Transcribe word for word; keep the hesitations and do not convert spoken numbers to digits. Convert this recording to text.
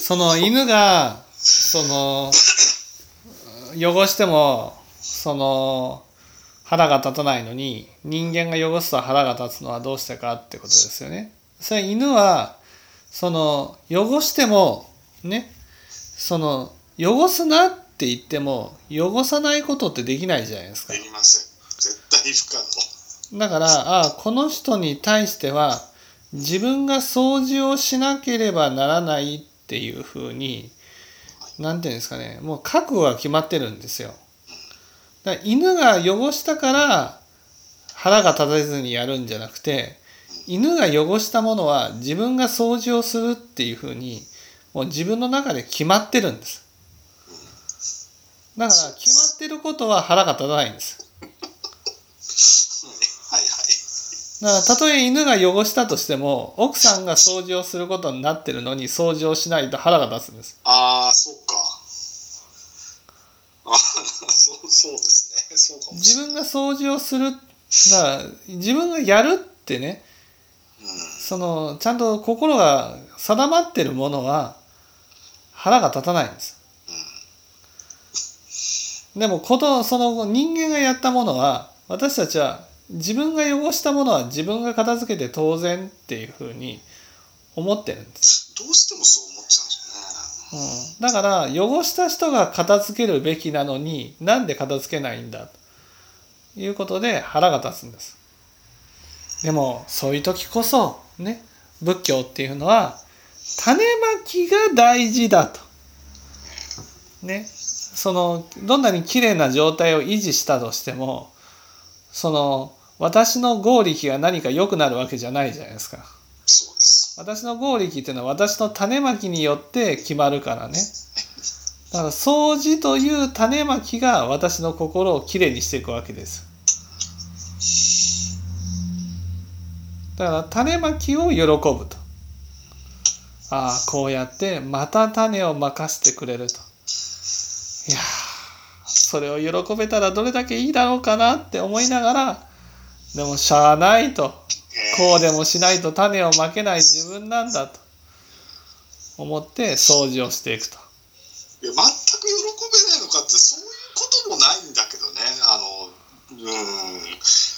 その犬がその汚してもその腹が立たないのに、人間が汚すと腹が立つのはどうしてかってことですよね。それ犬はその汚してもね、その汚すなって言っても汚さないことってできないじゃないですか。 できません。絶対不可能。 だからああこの人に対しては自分が掃除をしなければならないっていうふうに、なんていうんですかね、もう覚悟が決まってるんですよ。だから犬が汚したから腹が立たずにやるんじゃなくて、犬が汚したものは自分が掃除をするっていうふうにもう自分の中で決まってるんです。だから決まってることは腹が立たないんです。だからたとえ犬が汚したとしても奥さんが掃除をすることになってるのに掃除をしないと腹が立つんです。 ああ、そうか。あそうそうですね。そうかもしれない。 自分が掃除をする、だから自分がやるってね、 うん、 そのちゃんと心が定まってるものは腹が立たないんです。 うん、 でもことその人間がやったものは、私たちは自分が汚したものは自分が片付けて当然っていうふうに思ってるんです。 どうしてもそう思っちゃうんですよね。 うん、だから汚した人が片付けるべきなのになんで片付けないんだということで腹が立つんです。でもそういう時こそね、仏教っていうのは種まきが大事だとね、そのどんなに綺麗な状態を維持したとしても、その私の業力が何か良くなるわけじゃないじゃないですか。 そうです。 私の業力っていうのは私の種まきによって決まるからね。だから掃除という種まきが私の心をきれいにしていくわけです。だから種まきを喜ぶと。ああこうやってまた種をまかしてくれると。いやそれを喜べたらどれだけいいだろうかなって思いながら、でもしゃあないと、こうでもしないと種をまけない自分なんだと思って掃除をしていくと。 いや全く喜べないのかってそういうこともないんだけどね。あのうん